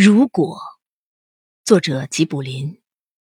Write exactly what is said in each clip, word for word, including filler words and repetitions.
如果，作者吉卜林。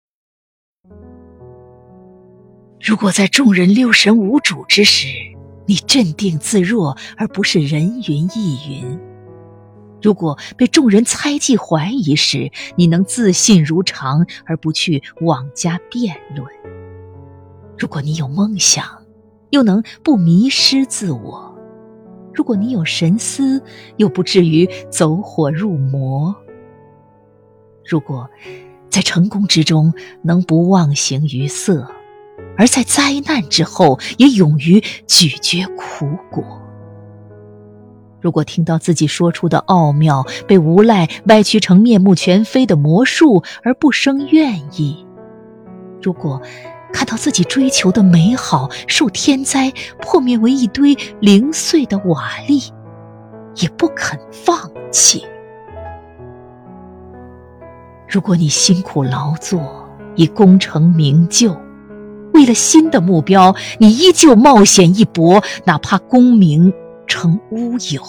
如果在众人六神无主之时，你镇定自若，而不是人云亦云；如果被众人猜忌怀疑时，你能自信如常，而不去妄加辩论；如果你有梦想，又能不迷失自我；如果你有神思，又不至于走火入魔；如果在成功之中能不忘形于色，而在灾难之后也勇于咀嚼苦果；如果听到自己说出的奥妙被无赖歪曲成面目全非的魔术而不生怨意；如果看到自己追求的美好受天灾破灭为一堆零碎的瓦砾，也不肯放弃；如果你辛苦劳作以功成名就，为了新的目标，你依旧冒险一搏，哪怕功名成乌有；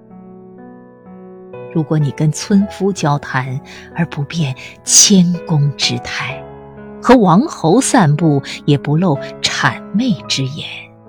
如果你跟村夫交谈而不变谦恭之态，和王侯散步也不露谄媚之言；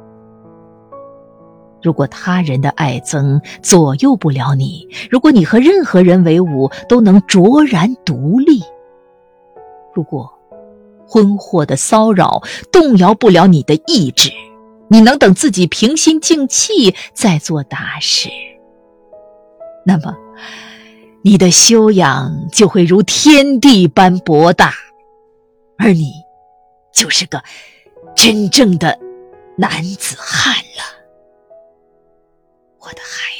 如果他人的爱憎左右不了你，如果你和任何人为伍都能卓然独立；如果婚祸的骚扰动摇不了你的意志，你能等自己平心静气再做大事，那么你的修养就会如天地般博大，而你就是个真正的男子汉了，我的孩子。